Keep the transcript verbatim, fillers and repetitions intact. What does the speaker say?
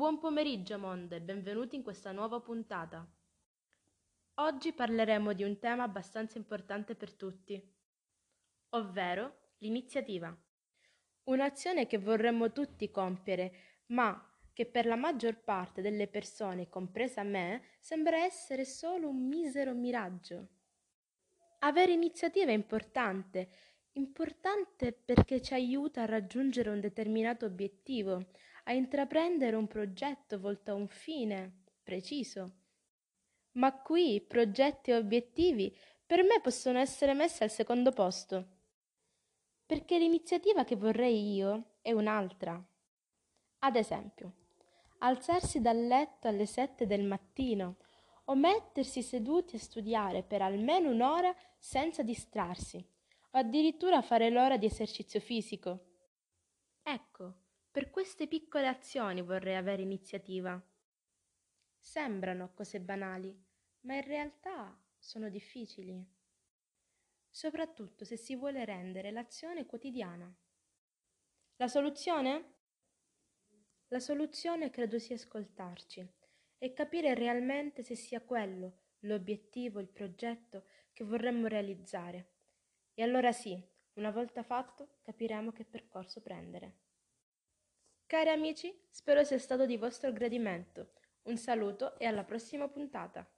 Buon pomeriggio mondo e benvenuti in questa nuova puntata. Oggi parleremo di un tema abbastanza importante per tutti, ovvero l'iniziativa. Un'azione che vorremmo tutti compiere, ma che per la maggior parte delle persone, compresa me, sembra essere solo un misero miraggio. Avere iniziativa è importante, importante perché ci aiuta a raggiungere un determinato obiettivo, a intraprendere un progetto volto a un fine preciso. Ma qui progetti e obiettivi per me possono essere messi al secondo posto, perché l'iniziativa che vorrei io è un'altra. Ad esempio, alzarsi dal letto alle sette del mattino o mettersi seduti a studiare per almeno un'ora senza distrarsi, o addirittura fare l'ora di esercizio fisico. Ecco, per queste piccole azioni vorrei avere iniziativa. Sembrano cose banali, ma in realtà sono difficili, soprattutto se si vuole rendere l'azione quotidiana. La soluzione? La soluzione credo sia ascoltarci e capire realmente se sia quello l'obiettivo, il progetto che vorremmo realizzare. E allora sì, una volta fatto, capiremo che percorso prendere. Cari amici, spero sia stato di vostro gradimento. Un saluto e alla prossima puntata.